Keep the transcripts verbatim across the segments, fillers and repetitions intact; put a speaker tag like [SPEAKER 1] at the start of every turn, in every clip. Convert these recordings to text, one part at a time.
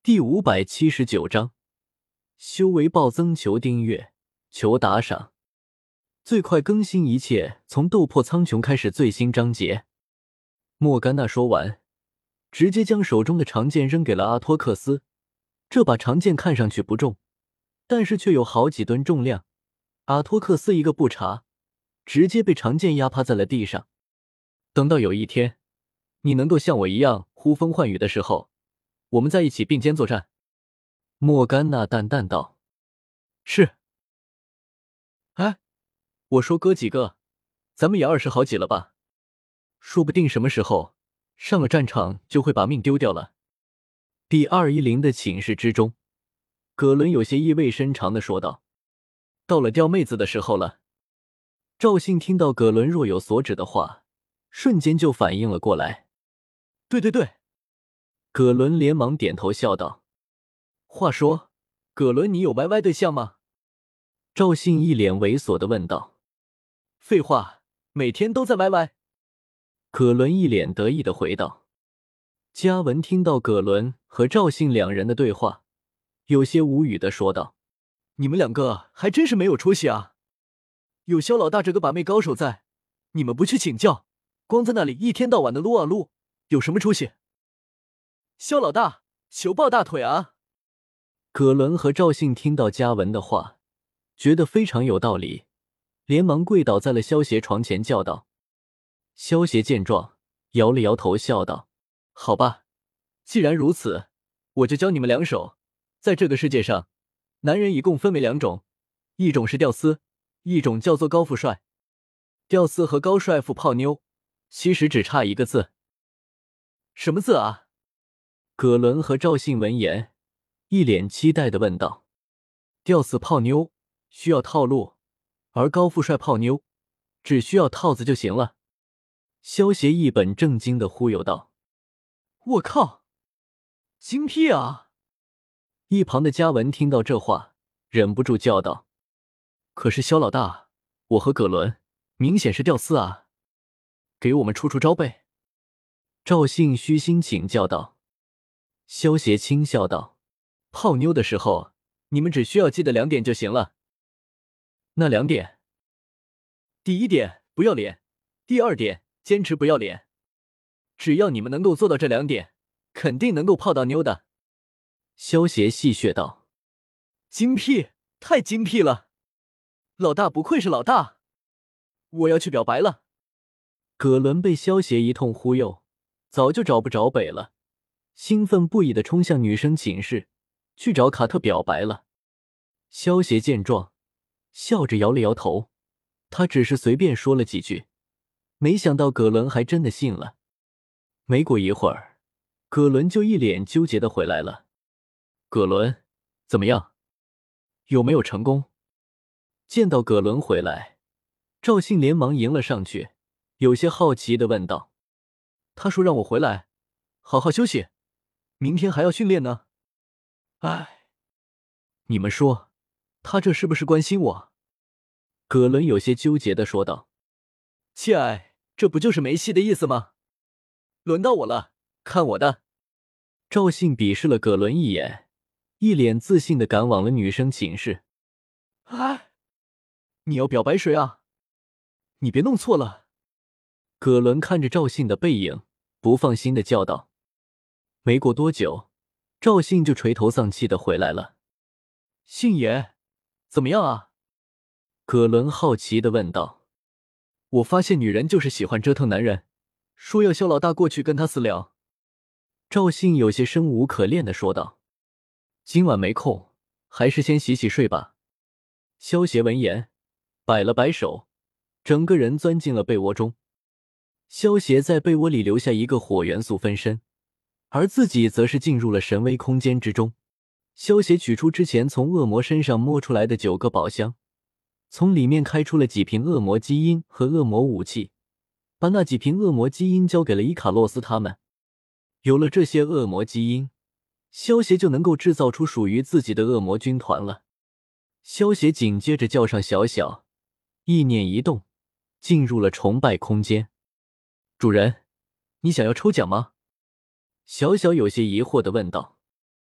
[SPEAKER 1] 第五百七十九章，修为暴增，求订阅，求打赏，最快更新一切从斗破苍穹开始最新章节。莫甘娜说完，直接将手中的长剑扔给了阿托克斯。这把长剑看上去不重，但是却有好几吨重量。阿托克斯一个不察，直接被长剑压趴在了地上。等到有一天，你能够像我一样呼风唤雨的时候，我们在一起并肩作战。莫甘娜淡淡道。是。哎，我说哥几个，咱们也二十好几了吧？说不定什么时候上了战场就会把命丢掉了。第二一零的寝室之中，葛伦有些意味深长地说道。到了钓妹子的时候了。赵信听到葛伦若有所指的话，瞬间就反应了过来。对对对。葛伦连忙点头笑道。话说，葛伦你有 Y Y 对象吗？赵信一脸猥琐地问道。废话，每天都在 Y Y。葛伦一脸得意地回道。嘉文听到葛伦和赵信两人的对话，有些无语地说道。你们两个还真是没有出息啊！有萧老大这个把妹高手在，你们不去请教，光在那里一天到晚的撸啊撸，有什么出息？萧老大，求抱大腿啊！葛伦和赵信听到嘉文的话，觉得非常有道理，连忙跪倒在了萧协床前叫道。萧协见状，摇了摇头笑道。好吧，既然如此，我就教你们两手。在这个世界上，男人一共分为两种，一种是屌丝，一种叫做高富帅。屌丝和高帅富泡妞，其实只差一个字。什么字啊？葛伦和赵信闻言，一脸期待地问道。吊死泡妞需要套路，而高富帅泡妞只需要套子就行了。萧协一本正经地忽悠道。我靠，精辟啊！一旁的嘉文听到这话，忍不住叫道。可是萧老大，我和葛伦明显是吊丝啊，给我们出出招呗。赵信虚心请教道。萧协轻笑道。泡妞的时候，你们只需要记得两点就行了。那两点？第一点，不要脸；第二点，坚持不要脸。只要你们能够做到这两点，肯定能够泡到妞的。萧协戏谑道。精辟，太精辟了！老大不愧是老大，我要去表白了。葛伦被萧协一通忽悠，早就找不着北了，兴奋不已地冲向女生寝室，去找卡特表白了。萧协见状，笑着摇了摇头，他只是随便说了几句，没想到葛伦还真的信了。没过一会儿，葛伦就一脸纠结地回来了。葛伦，怎么样？有没有成功？见到葛伦回来，赵信连忙迎了上去，有些好奇地问道。他说让我回来，好好休息，明天还要训练呢。唉，你们说，他这是不是关心我？葛伦有些纠结地说道。切爱，这不就是没戏的意思吗？轮到我了，看我的！赵信鄙视了葛伦一眼，一脸自信地赶往了女生寝室。哎，你要表白谁啊？你别弄错了！葛伦看着赵信的背影，不放心地叫道。没过多久，赵信就垂头丧气地回来了。信爷，怎么样啊？葛伦好奇地问道。我发现女人就是喜欢折腾男人，说要萧老大过去跟他私聊。赵信有些生无可恋地说道。今晚没空，还是先洗洗睡吧。萧协闻言，摆了摆手，整个人钻进了被窝中。萧协在被窝里留下一个火元素分身，而自己则是进入了神威空间之中。萧协取出之前从恶魔身上摸出来的九个宝箱，从里面开出了几瓶恶魔基因和恶魔武器，把那几瓶恶魔基因交给了伊卡洛斯他们。有了这些恶魔基因，萧协就能够制造出属于自己的恶魔军团了。萧协紧接着叫上小小，意念一动，进入了崇拜空间。主人，你想要抽奖吗？小小有些疑惑地问道。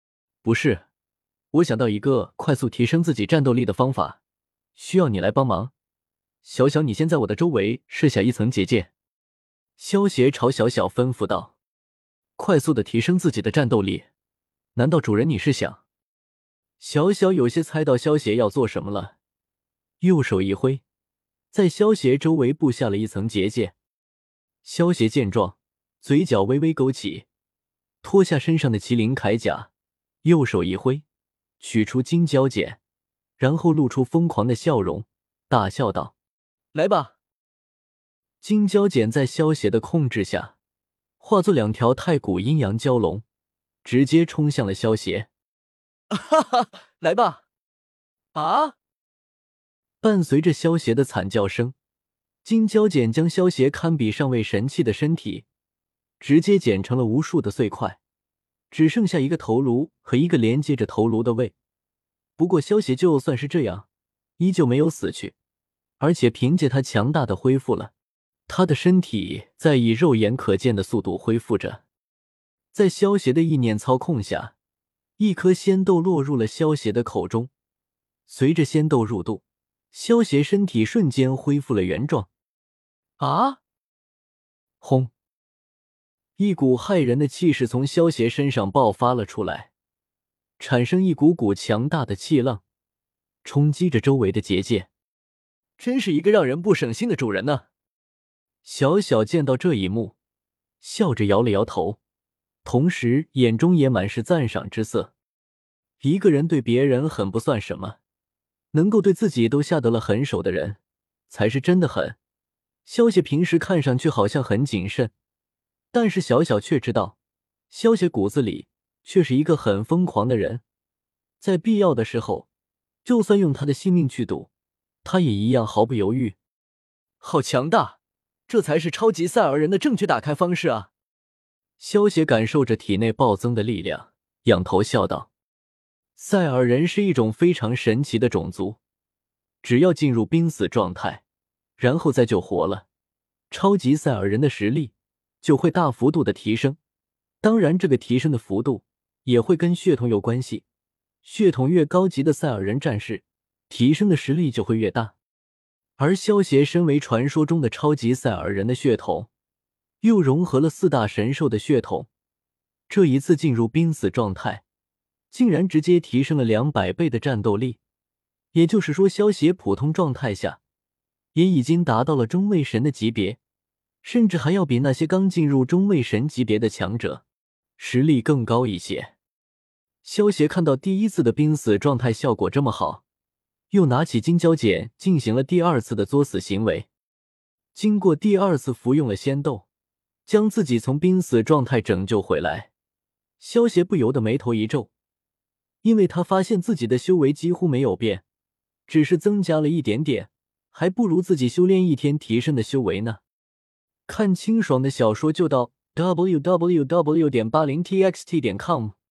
[SPEAKER 1] 不是，我想到一个快速提升自己战斗力的方法，需要你来帮忙。小小，你先在我的周围设下一层结界。萧协朝小小吩咐道：“快速的提升自己的战斗力，难道主人你是想？”小小有些猜到萧协要做什么了，右手一挥，在萧协周围布下了一层结界。萧协见状，嘴角微微勾起，脱下身上的麒麟铠甲，右手一挥，取出金蛟剪，然后露出疯狂的笑容，大笑道：“来吧！”金蛟剪在萧协的控制下，化作两条太古阴阳蛟龙，直接冲向了萧协。哈哈，来吧！啊！伴随着萧协的惨叫声，金蛟剪将萧协堪比上位神器的身体直接剪成了无数的碎块，只剩下一个头颅和一个连接着头颅的胃。不过萧协就算是这样，依旧没有死去，而且凭借他强大的恢复了，他的身体在以肉眼可见的速度恢复着。在萧协的意念操控下，一颗仙豆落入了萧协的口中，随着仙豆入肚，萧协身体瞬间恢复了原状。啊！轰！一股骇人的气势从萧协身上爆发了出来，产生一股股强大的气浪，冲击着周围的结界。真是一个让人不省心的主人呢！小小见到这一幕，笑着摇了摇头，同时眼中也满是赞赏之色。一个人对别人狠不算什么，能够对自己都下得了狠手的人，才是真的狠。萧协平时看上去好像很谨慎，但是小小却知道，萧协骨子里却是一个很疯狂的人，在必要的时候，就算用他的性命去赌，他也一样毫不犹豫。好强大！这才是超级赛尔人的正确打开方式啊！萧协感受着体内暴增的力量，仰头笑道：“赛尔人是一种非常神奇的种族，只要进入濒死状态，然后再救活了，超级赛尔人的实力就会大幅度的提升。当然，这个提升的幅度也会跟血统有关系，血统越高级的赛尔人战士，提升的实力就会越大。而萧协身为传说中的超级赛尔人的血统，又融合了四大神兽的血统，这一次进入濒死状态，竟然直接提升了两百倍的战斗力。也就是说，萧协普通状态下也已经达到了中位神的级别，甚至还要比那些刚进入中位神级别的强者实力更高一些。萧协看到第一次的濒死状态效果这么好，又拿起金蛟剪进行了第二次的作死行为。经过第二次服用了仙豆，将自己从濒死状态拯救回来，萧协不由得眉头一皱，因为他发现自己的修为几乎没有变，只是增加了一点点，还不如自己修炼一天提升的修为呢。看清爽的小说就到 double u double u double u 点 八零t x t 点 com。